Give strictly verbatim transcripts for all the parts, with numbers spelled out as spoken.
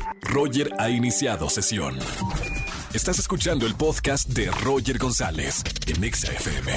Roger ha iniciado sesión. Estás escuchando el podcast de Roger González en Exa F M.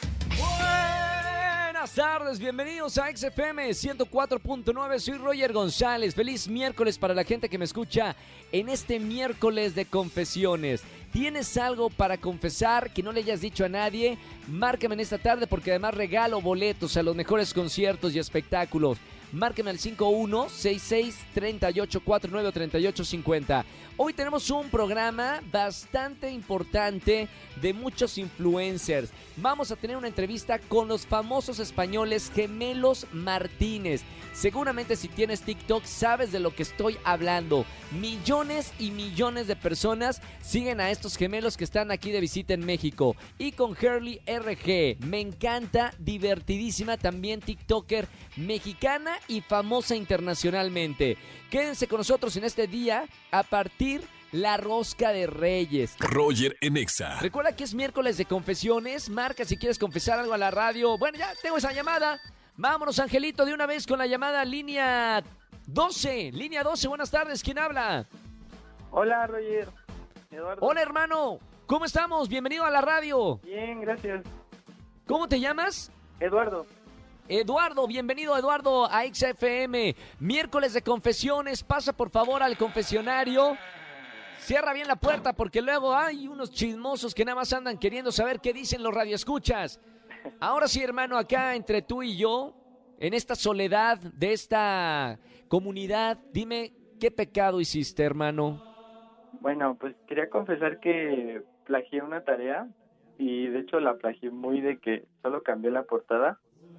Buenas tardes, bienvenidos a Exa F M ciento cuatro punto nueve. Soy Roger González. Feliz miércoles para la gente que me escucha en este miércoles de confesiones. ¿Tienes algo para confesar que no le hayas dicho a nadie? Márcame en esta tarde porque además regalo boletos a los mejores conciertos y espectáculos. Márqueme al cinco uno seis seis, tres ocho cuatro nueve o tres ocho cinco cero. Hoy tenemos un programa bastante importante de muchos influencers. Vamos a tener una entrevista con los famosos españoles Gemelos Martínez. Seguramente si tienes TikTok sabes de lo que estoy hablando. Millones y millones de personas siguen a estos gemelos que están aquí de visita en México. Y con Hurley R G, me encanta, divertidísima, también TikToker mexicana y famosa internacionalmente. Quédense con nosotros en este día a partir la rosca de Reyes. Roger en Exa. Recuerda que es miércoles de confesiones. Marca si quieres confesar algo a la radio. Bueno, ya tengo esa llamada. Vámonos, Angelito, de una vez con la llamada línea doce. Línea doce, buenas tardes. ¿Quién habla? Hola, Roger. Eduardo. Hola, hermano. ¿Cómo estamos? Bienvenido a la radio. Bien, gracias. ¿Cómo te llamas? Eduardo. Eduardo, bienvenido Eduardo a Exa F M. Miércoles de confesiones, pasa por favor al confesionario. Cierra bien la puerta porque luego hay unos chismosos que nada más andan queriendo saber qué dicen los radioescuchas. Ahora sí, hermano, acá entre tú y yo, en esta soledad de esta comunidad, dime, ¿qué pecado hiciste, hermano? Bueno, pues quería confesar que plagié una tarea y de hecho la plagié muy de que solo cambié la portada.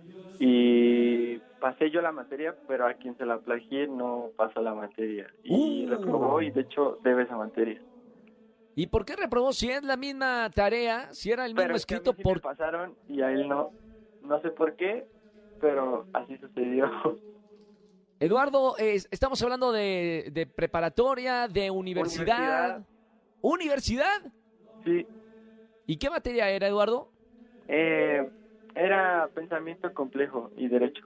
Y pasé yo la materia, pero a quien se la plagié no pasó la materia. Y uh. reprobó y de hecho debe esa materia. ¿Y por qué reprobó si es la misma tarea, si era el mismo pero escrito? Es que a mí sí por me pasaron y a él no. No sé por qué, pero así sucedió. Eduardo, eh, estamos hablando de, de preparatoria, de universidad. ¿Universidad? ¿Universidad? Sí. ¿Y qué materia era, Eduardo? Eh... Era pensamiento complejo y derecho.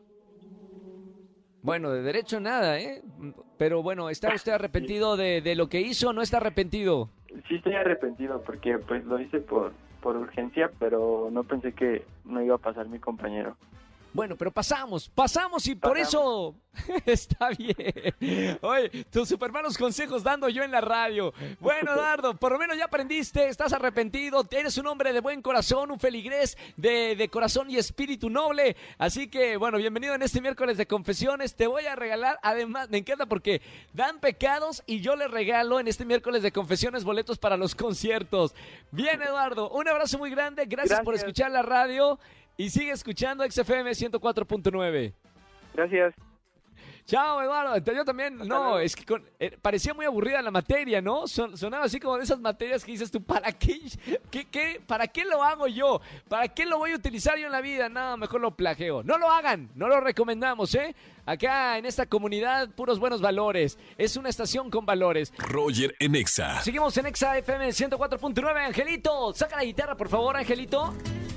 Bueno, de derecho nada, ¿eh? Pero bueno, ¿está usted arrepentido de, de lo que hizo o no está arrepentido? Sí estoy arrepentido porque pues lo hice por, por urgencia, pero no pensé que no iba a pasar mi compañero. Bueno, pero pasamos, pasamos y por pasamos. eso está bien. Oye, tus supermanos consejos dando yo en la radio. Bueno, Eduardo, por lo menos ya aprendiste, estás arrepentido, eres un hombre de buen corazón, un feligrés de, de corazón y espíritu noble. Así que, bueno, bienvenido en este miércoles de confesiones. Te voy a regalar, además, me encanta porque dan pecados y yo les regalo en este miércoles de confesiones boletos para los conciertos. Bien, Eduardo, un abrazo muy grande, gracias, gracias. por escuchar la radio. Y sigue escuchando Exa F M ciento cuatro punto nueve. Gracias. Chao, Eduardo. Yo también, Hasta no, luego. es que con, eh, parecía muy aburrida la materia, ¿no? Son, sonaba así como de esas materias que dices tú, ¿para qué, qué, qué? ¿Para qué lo hago yo? ¿Para qué lo voy a utilizar yo en la vida? No, mejor lo plageo. No lo hagan, no lo recomendamos, ¿eh? Acá en esta comunidad, puros buenos valores. Es una estación con valores. Roger en Exa. Seguimos en Exa F M ciento cuatro punto nueve. Angelito, saca la guitarra, por favor, Angelito.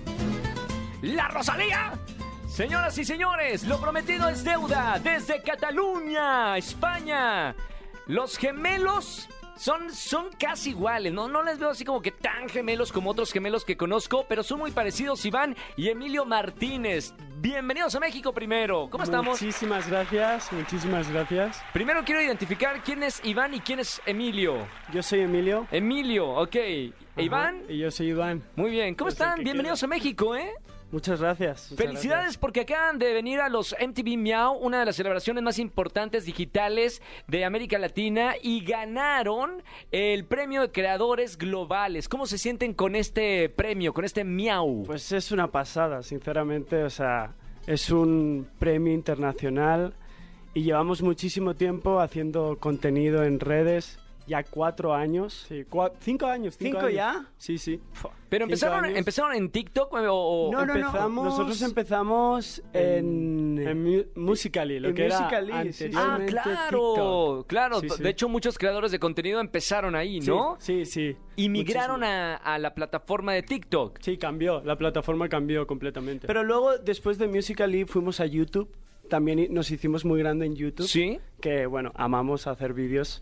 ¡La Rosalía! Señoras y señores, lo prometido es deuda. Desde Cataluña, España. Los gemelos son, son casi iguales. No, no les veo así como que tan gemelos como otros gemelos que conozco, pero son muy parecidos, Iván y Emilio Martínez. Bienvenidos a México primero. ¿Cómo estamos? Muchísimas gracias, muchísimas gracias. Primero quiero identificar quién es Iván y quién es Emilio. Yo soy Emilio. Emilio, ok. Ajá, ¿Iván? Y yo soy Iván. Muy bien. ¿Cómo Yo soy el están? que Bienvenidos queda. a México, ¿eh? Muchas gracias. muchas Felicidades gracias. porque acaban de venir a los M T V Miau, una de las celebraciones más importantes digitales de América Latina, y ganaron el premio de creadores globales. ¿Cómo se sienten con este premio, con este Miau? Pues es una pasada, sinceramente, o sea, es un premio internacional y llevamos muchísimo tiempo haciendo contenido en redes. Ya cuatro años, sí, cua- cinco años. Cinco, ¿Cinco años. ya? Sí, sí. ¿Pero Cinco empezaron, años. empezaron en TikTok o...? o- No, no, no. Empezamos- Nosotros empezamos en, en Mu- Musical.ly, lo en que Musical.ly, era sí, sí. Ah, anteriormente claro, TikTok. claro. Sí, sí. De hecho, muchos creadores de contenido empezaron ahí, ¿no? Sí, sí. sí. Y migraron Muchísimo. a, a la plataforma de TikTok. Sí, cambió. La plataforma cambió completamente. Pero luego, después de Musical.ly, fuimos a YouTube. También i- nos hicimos muy grande en YouTube. ¿Sí? Que, bueno, amamos hacer vídeos.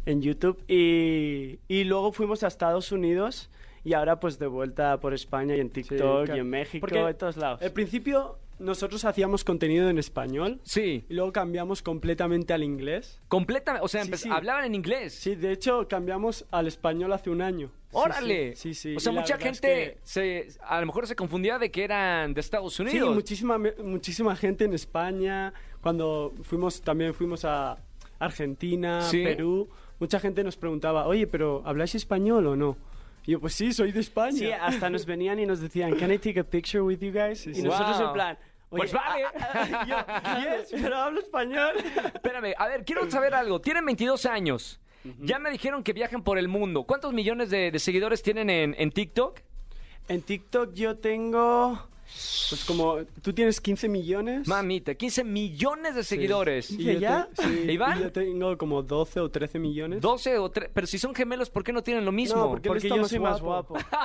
en YouTube. Y, y luego fuimos a Estados Unidos y ahora pues de vuelta por España y en TikTok Sí, y en México, porque en todos lados. Al principio nosotros hacíamos contenido en español Sí. y luego cambiamos completamente al inglés. Completamente, o sea, Sí, empe- sí. hablaban en inglés. Sí, de hecho cambiamos al español hace un año. ¡Órale! Sí, sí. O sea, y la mucha verdad es gente que- se, a lo mejor se confundía de que eran de Estados Sí, Unidos. muchísima, me- muchísima gente en España. Cuando fuimos, también fuimos a Argentina, Sí. Perú, mucha gente nos preguntaba, oye, pero ¿habláis español o no? Y yo, pues sí, soy de España. Sí, hasta nos venían y nos decían, "Can I take a picture with you guys?" Y sí. nosotros Wow. en plan, "Oye, Pues vale. ah, yo, yes, pero hablo español." Espérame, a ver, quiero saber algo. Tienen veintidós años. Ya me dijeron que viajan por el mundo. ¿Cuántos millones de, de seguidores tienen en, en TikTok? En TikTok yo tengo, pues como, tú tienes quince millones. Mamita, quince millones de seguidores. Y yo ¿Ya? te- sí, ¿Iván? y yo tengo como doce o trece millones. doce o tres. Pero si son gemelos, ¿por qué no tienen lo mismo? No, porque- él Porque está yo más soy más guapo. guapo.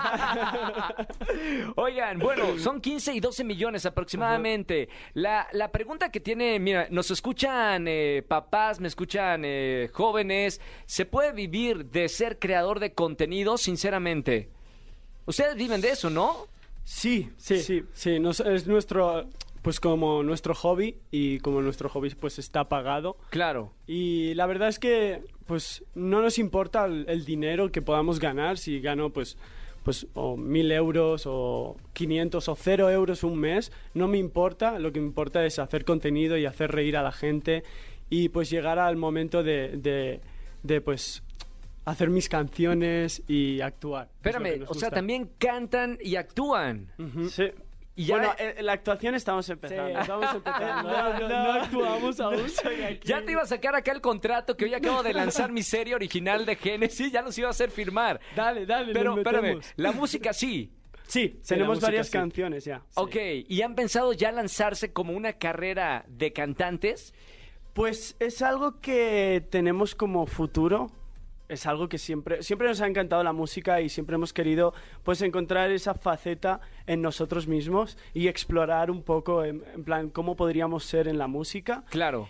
Oigan, bueno, son quince y doce millones aproximadamente. La, la pregunta que tiene, mira, nos escuchan eh, papás, me escuchan eh, jóvenes. ¿Se puede vivir de ser creador de contenido, sinceramente? Ustedes viven de eso, ¿no? Sí, sí, sí, sí, nos- es nuestro, pues como nuestro hobby y como nuestro hobby pues está pagado. Claro. Y la verdad es que pues no nos importa el, el dinero que podamos ganar, si gano pues pues o mil euros o quinientos o cero euros un mes, no me importa, lo que me importa es hacer contenido y hacer reír a la gente y pues llegar al momento de, de, de pues hacer mis canciones y actuar. Es lo que Espérame, nos o sea, gusta. también cantan y actúan. Ujú. Sí. Y ya, Bueno, en la actuación estamos Sí, empezando. estamos empezando. No, no, no actuamos aún. ya te iba a sacar acá el contrato que hoy acabo de lanzar mi serie original de Génesis, ya los iba a hacer firmar. Dale, dale, Pero, nos espérame, metemos. la música sí. Sí, sí, la Tenemos música varias sí. canciones ya. Ok, ¿y han pensado ya lanzarse como una carrera de cantantes? Pues es algo que tenemos como futuro. Es algo que siempre, siempre nos ha encantado la música y siempre hemos querido pues encontrar esa faceta en nosotros mismos y explorar un poco en, en plan cómo podríamos ser en la música. Claro.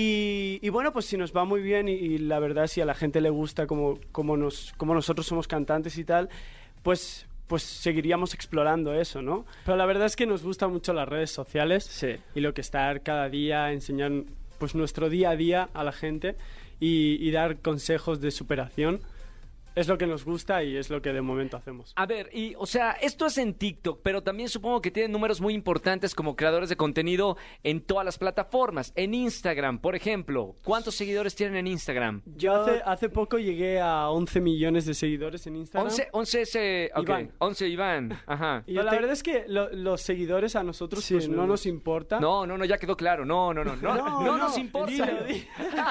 Y, y bueno, pues si nos va muy bien y, y la verdad si a la gente le gusta como, como, nos, como nosotros somos cantantes y tal, pues, pues seguiríamos explorando eso, ¿no? Pero la verdad es que nos gustan mucho las redes sociales Sí. y lo que estar cada día, enseñar pues nuestro día a día a la gente y, y dar consejos de superación. Es lo que nos gusta y es lo que de momento hacemos. A ver, y, o sea, esto es en TikTok, pero también supongo que tienen números muy importantes como creadores de contenido en todas las plataformas. En Instagram, por ejemplo, ¿cuántos seguidores tienen en Instagram? Yo hace, hace poco llegué a once millones de seguidores en Instagram. once, once ese, ok, Iván. once Iván, ajá. Y Yo la te- verdad es que lo- los seguidores a nosotros Sí, pues no no, nos- nos importa. No, no, no, ya quedó claro. No, no, no, no, no, nos importa. dilo, dilo.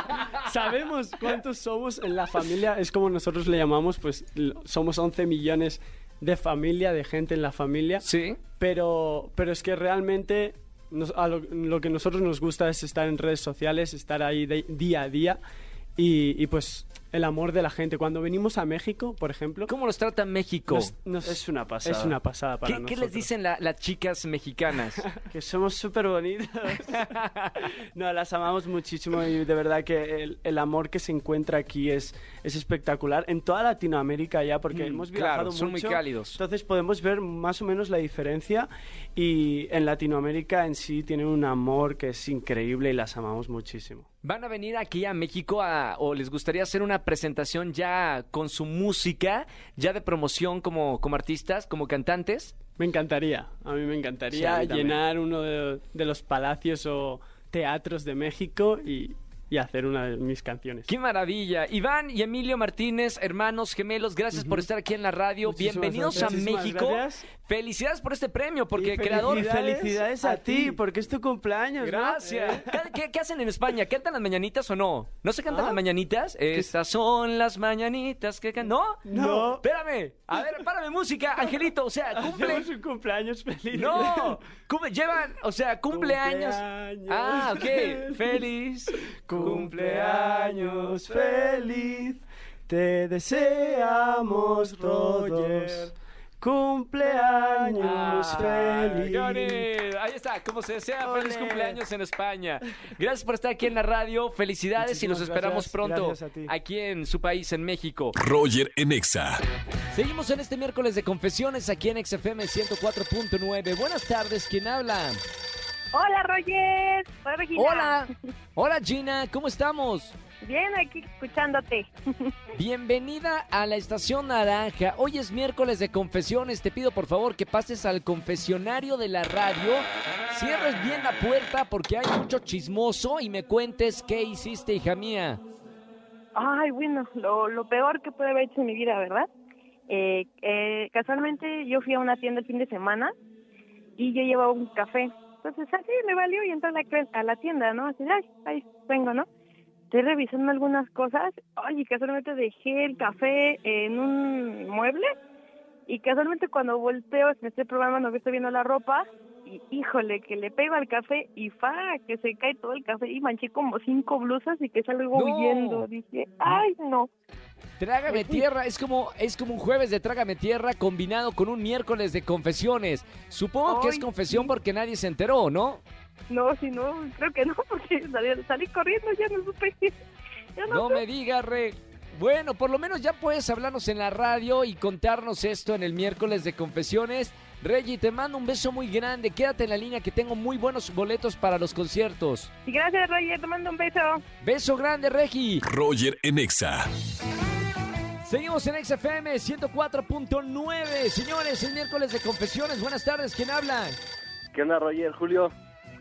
Sabemos cuántos somos en la familia, es como nosotros le llamamos, pues l- somos once millones de familia, de gente en la familia, Sí. pero, pero es que realmente nos- a lo, lo que a nosotros nos gusta es estar en redes sociales, estar ahí de- día a día y, y pues el amor de la gente. Cuando venimos a México, por ejemplo, ¿Cómo los trata México? nos- nos- Es una pasada. es una pasada para ¿Qué, qué nosotros. les dicen la- las chicas mexicanas? Que somos súper bonitos. No, las amamos muchísimo y de verdad que el, el amor que se encuentra aquí es, es espectacular. En toda Latinoamérica ya, porque Mm, hemos claro, viajado son muy mucho. cálidos. Entonces podemos ver más o menos la diferencia y en Latinoamérica en sí tienen un amor que es increíble y las amamos muchísimo. ¿Van a venir aquí a México a- o les gustaría hacer una presentación ya con su música, ya de promoción como, como artistas, como cantantes? Me encantaría, a mí me Sí, encantaría a mí también. llenar uno de, de los palacios o teatros de México y, y hacer una de mis canciones. ¡Qué maravilla! Iván y Emilio Martínez, hermanos gemelos, gracias por estar aquí en la radio. Muchísimas Bienvenidos gracias. a Muchísimas México. gracias. Felicidades por este premio, porque Y creador... Y felicidades a, a ti, ti. porque es tu cumpleaños, ¿no? Gracias. ¿Qué, qué- qué hacen en España? ¿Cantan las mañanitas o no? ¿No se cantan ¿Ah? las mañanitas? Estas son las mañanitas que cantan. ¿No? No. Espérame. A ver, párame música, Angelito. O sea, cumple... Hacemos un cumpleaños feliz. No, cumple- llevan, o sea, cumpleaños. Cumpleaños. Ah, ok. Feliz Cumpleaños feliz, te deseamos todos. Roger. Cumpleaños feliz. Johnny, ahí está, como se desea, Ole. feliz cumpleaños en España. Gracias por estar aquí en la radio, felicidades Muchísimas y nos esperamos gracias, pronto gracias a ti. aquí en su país, en México. Roger en Exa. Seguimos en este miércoles de confesiones aquí en X F M ciento cuatro punto nueve. Buenas tardes, ¿quién habla? Hola, Roger. Soy Regina. Hola, hola Gina, ¿cómo estamos? Bien, aquí escuchándote. Bienvenida a la Estación Naranja. Hoy es miércoles de confesiones. Te pido por favor que pases al confesionario de la radio. Cierres bien la puerta porque hay mucho chismoso y me cuentes qué hiciste, hija mía. Ay, bueno, lo, lo peor que puede haber hecho en mi vida, ¿verdad? Eh, eh, casualmente yo fui a una tienda el fin de semana y yo llevaba un café. Entonces, así me valió y entré a la, a la tienda, ¿no? Así, ay, ahí vengo, ¿no? Estoy revisando algunas cosas. Ay, y casualmente dejé el café en un mueble. Y casualmente cuando volteo, me estoy probando, me estoy viendo la ropa. Y híjole, que le pego al café y fa, que se cae todo el café. Y manché como cinco blusas y que salgo No. huyendo. Dije, ay, no. Trágame tierra, es como, es como un jueves de Trágame Tierra combinado con un miércoles de confesiones. Supongo que es Ay, confesión sí. porque nadie se enteró, ¿no? No, si no, creo que no, porque salí, salí corriendo, ya no supe. Ya no, No sé. me digas, Re. Bueno, por lo menos ya puedes hablarnos en la radio y contarnos esto en el miércoles de confesiones. Reggie, te mando un beso muy grande. Quédate en la línea que tengo muy buenos boletos para los conciertos. Y gracias, Roger, te mando un beso. Beso grande, Reggie. Roger en Exa. Seguimos en X F M ciento cuatro punto nueve. Señores, el miércoles de confesiones. Buenas tardes, ¿quién habla? ¿Qué onda, Roger? Julio.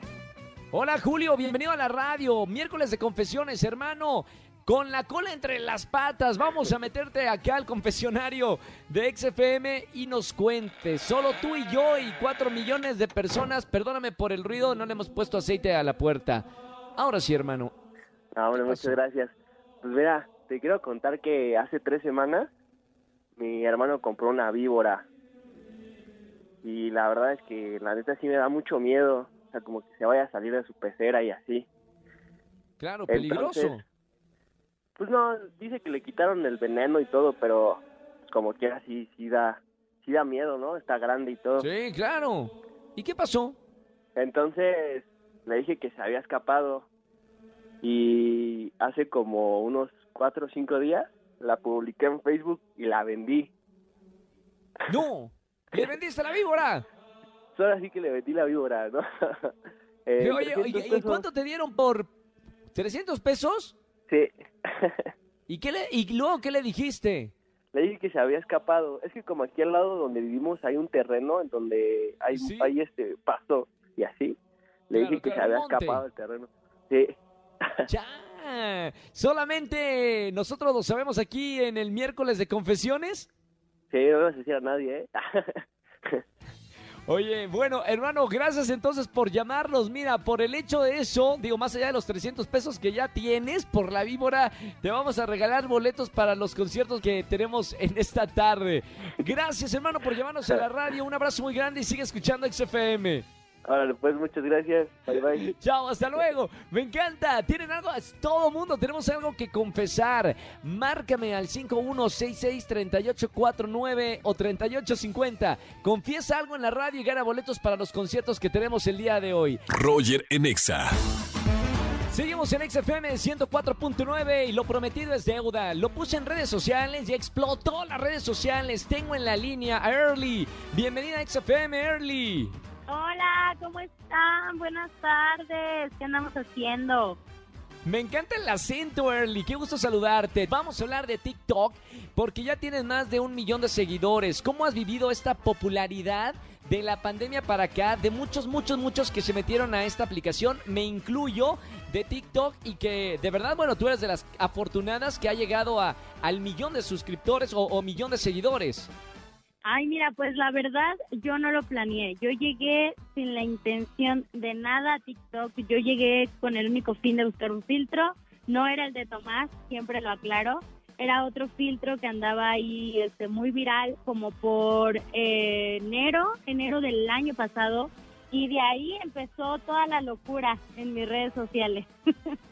Hola, Julio, bienvenido a la radio. Miércoles de confesiones, hermano. Con la cola entre las patas, vamos a meterte acá al confesionario de X F M y nos cuentes. Solo tú y yo y cuatro millones de personas. Perdóname por el ruido, no le hemos puesto aceite a la puerta. Ahora sí, hermano. Ah, hombre, ¿Qué muchas pasó? gracias. Pues mira, te quiero contar que hace tres semanas mi hermano compró una víbora. Y la verdad es que la neta sí me da mucho miedo. O sea, como que se vaya a salir de su pecera y así. Claro, peligroso. Entonces, pues no, dice que le quitaron el veneno y todo, pero pues como quiera sí, sí da, sí da miedo, ¿no? Está grande y todo. Sí, claro. ¿Y qué pasó? Entonces le dije que se había escapado y hace como unos cuatro o cinco días la publiqué en Facebook y la vendí. ¡No! ¡Le vendiste la víbora! Solo así que le vendí la víbora, ¿no? Eh, Oye, oye, trescientos ¿y pesos. cuánto te dieron por trescientos pesos? Sí. ¿Y, qué le, ¿Y luego qué le dijiste? Le dije que se había escapado. Es que como aquí al lado donde vivimos hay un terreno en donde hay, Sí. hay este pasto y así. Le Claro, dije que claro, se había monte. escapado del terreno. Sí. Ya. Solamente nosotros lo sabemos aquí en el miércoles de confesiones. Sí, no vas a decir a nadie, ¿eh? Oye, bueno, hermano, gracias entonces por llamarnos. Mira, por el hecho de eso, digo, más allá de los trescientos pesos que ya tienes por la víbora, te vamos a regalar boletos para los conciertos que tenemos en esta tarde. Gracias, hermano, por llamarnos a la radio. Un abrazo muy grande y sigue escuchando X F M. Órale, pues muchas gracias. Bye, bye. Chao, hasta luego. Me encanta. ¿Tienen algo? Todo mundo tenemos algo que confesar. Márcame al cinco uno seis seis, tres ocho cuatro nueve o treinta y ocho cincuenta. Confiesa algo en la radio y gana boletos para los conciertos que tenemos el día de hoy. Roger en Exa. Seguimos en X F M ciento cuatro punto nueve y lo prometido es deuda. Lo puse en redes sociales y explotó las redes sociales. Tengo en la línea a Early. Bienvenida a X F M, Early. Hola, ¿cómo están? Buenas tardes. ¿Qué andamos haciendo? Me encanta el acento, Early. Qué gusto saludarte. Vamos a hablar de TikTok porque ya tienes más de un millón de seguidores. ¿Cómo has vivido esta popularidad de la pandemia para acá? De muchos, muchos, muchos que se metieron a esta aplicación. Me incluyo de TikTok y que de verdad, bueno, tú eres de las afortunadas que ha llegado a, al millón de suscriptores o, o millón de seguidores. Ay, mira, pues la verdad, yo no lo planeé. Yo llegué sin la intención de nada a TikTok. Yo llegué con el único fin de buscar un filtro. No era el de Tomás, siempre lo aclaro. Era otro filtro que andaba ahí este, muy viral, como por eh, enero, enero del año pasado. Y de ahí empezó toda la locura en mis redes sociales.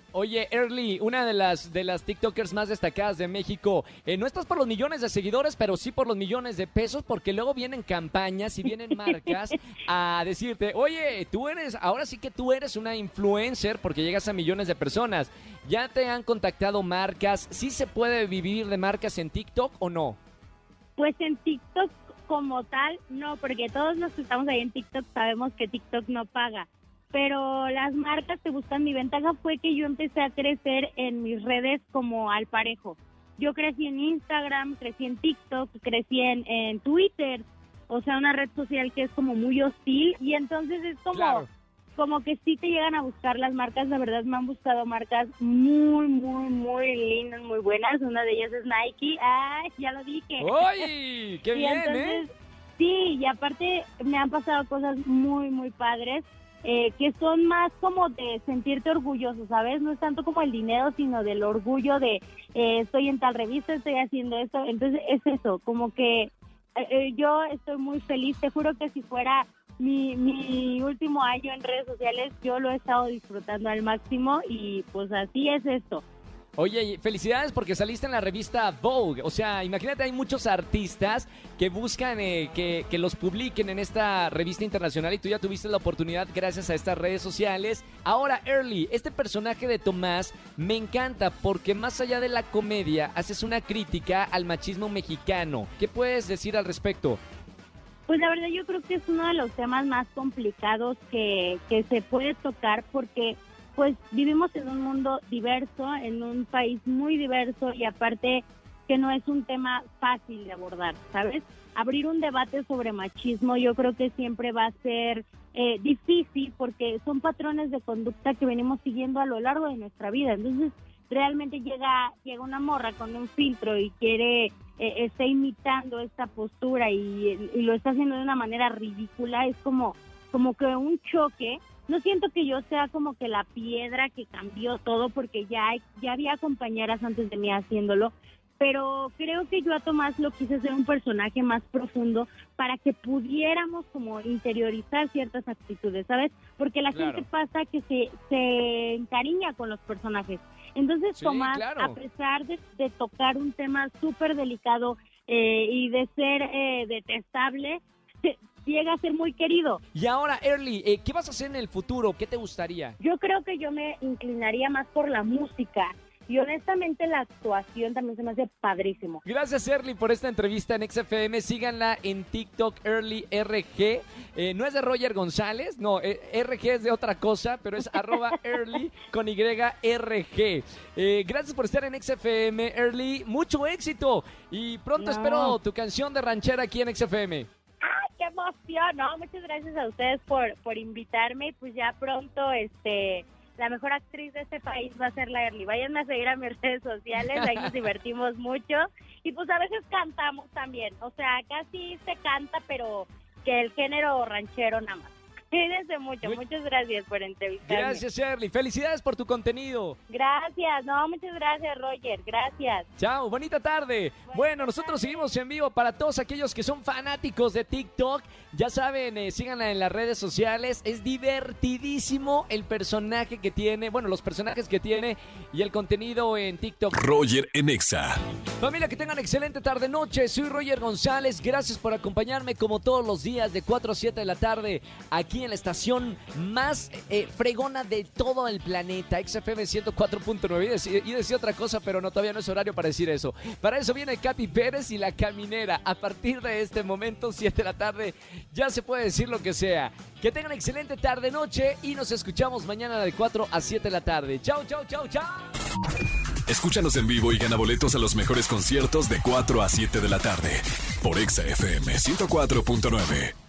Oye, Early, una de las de las TikTokers más destacadas de México, eh, no estás por los millones de seguidores, pero sí por los millones de pesos, porque luego vienen campañas y vienen marcas a decirte, oye, tú eres, ahora sí que tú eres una influencer porque llegas a millones de personas. ¿Ya te han contactado marcas? ¿Sí se puede vivir de marcas en TikTok o no? Pues en TikTok como tal, no, porque todos los que estamos ahí en TikTok sabemos que TikTok no paga. Pero las marcas que buscan mi ventaja fue que yo empecé a crecer en mis redes como al parejo. Yo crecí en Instagram, crecí en TikTok, crecí en, en Twitter, o sea, una red social que es como muy hostil y entonces es como, Claro. como que sí te llegan a buscar las marcas. La verdad me han buscado marcas muy, muy, muy lindas, muy buenas. Una de ellas es Nike. ¡Ay, ya lo dije! ¡Uy! ¡Qué Y bien, entonces, eh! Sí, y aparte me han pasado cosas muy, muy padres. Eh, que son más como de sentirte orgulloso, ¿sabes? No es tanto como el dinero, sino del orgullo de eh, estoy en tal revista, estoy haciendo esto. Entonces es eso, como que eh, eh, yo estoy muy feliz. Te juro que si fuera mi, mi último año en redes sociales, yo lo he estado disfrutando al máximo y pues así es esto. Oye, y felicidades porque saliste en la revista Vogue. O sea, imagínate, hay muchos artistas que buscan eh, que, que los publiquen en esta revista internacional y tú ya tuviste la oportunidad gracias a estas redes sociales. Ahora, Early, este personaje de Tomás me encanta porque más allá de la comedia, haces una crítica al machismo mexicano. ¿Qué puedes decir al respecto? Pues la verdad yo creo que es uno de los temas más complicados que, que se puede tocar porque pues vivimos en un mundo diverso, en un país muy diverso y aparte que no es un tema fácil de abordar, ¿sabes? Abrir un debate sobre machismo yo creo que siempre va a ser eh, difícil porque son patrones de conducta que venimos siguiendo a lo largo de nuestra vida. Entonces realmente llega, llega una morra con un filtro y quiere, eh, está imitando esta postura y, y lo está haciendo de una manera ridícula, es como, como que un choque. No siento que yo sea como que la piedra que cambió todo porque ya, hay, ya había compañeras antes de mí haciéndolo, pero creo que yo a Tomás lo quise hacer un personaje más profundo para que pudiéramos como interiorizar ciertas actitudes, ¿sabes? Porque la Claro. gente pasa que se, se encariña con los personajes. Entonces Sí, Tomás, claro. a pesar de, de tocar un tema súper delicado eh, y de ser eh, detestable, llega a ser muy querido. Y ahora, Early, eh, ¿qué vas a hacer en el futuro? ¿Qué te gustaría? Yo creo que yo me inclinaría más por la música y honestamente la actuación también se me hace padrísimo. Gracias, Early, por esta entrevista en X F M. Síganla en TikTok, Early R G. Eh, no es de Roger González, no, eh, R G es de otra cosa, pero es arroba Early con Y R G. Eh, gracias por estar en X F M, Early. Mucho éxito y pronto No. espero tu canción de ranchera aquí en X F M. ¡Ay, qué emoción! No, muchas gracias a ustedes por, por invitarme. Pues ya pronto, este, la mejor actriz de este país va a ser la Early. Váyanme a seguir a mis redes sociales, ahí nos divertimos mucho. Y pues a veces cantamos también. O sea, casi se canta, pero que el género ranchero nada más. Cuídense mucho, Muy- muchas gracias por entrevistarme. Gracias, Early. Felicidades por tu contenido. Gracias, no, muchas gracias, Roger, gracias. Chao, bonita tarde. Bueno, nosotros seguimos en vivo para todos aquellos que son fanáticos de TikTok. Ya saben, eh, síganla en las redes sociales. Es divertidísimo el personaje que tiene, bueno, los personajes que tiene y el contenido en TikTok. Roger en Exa. Familia, que tengan excelente tarde-noche. Soy Roger González. Gracias por acompañarme como todos los días de cuatro a siete de la tarde aquí en la estación más eh, fregona de todo el planeta, X F M ciento cuatro punto nueve. Y decía, y decía otra cosa, pero no, todavía no es horario para decir eso. Para eso viene Katy Pérez y La Caminera. A partir de este momento, siete de la tarde, ya se puede decir lo que sea. Que tengan excelente tarde-noche y nos escuchamos mañana de cuatro a siete de la tarde. Chau, chau, chau, chau. Escúchanos en vivo y gana boletos a los mejores conciertos de cuatro a siete de la tarde por Exa F M ciento cuatro punto nueve.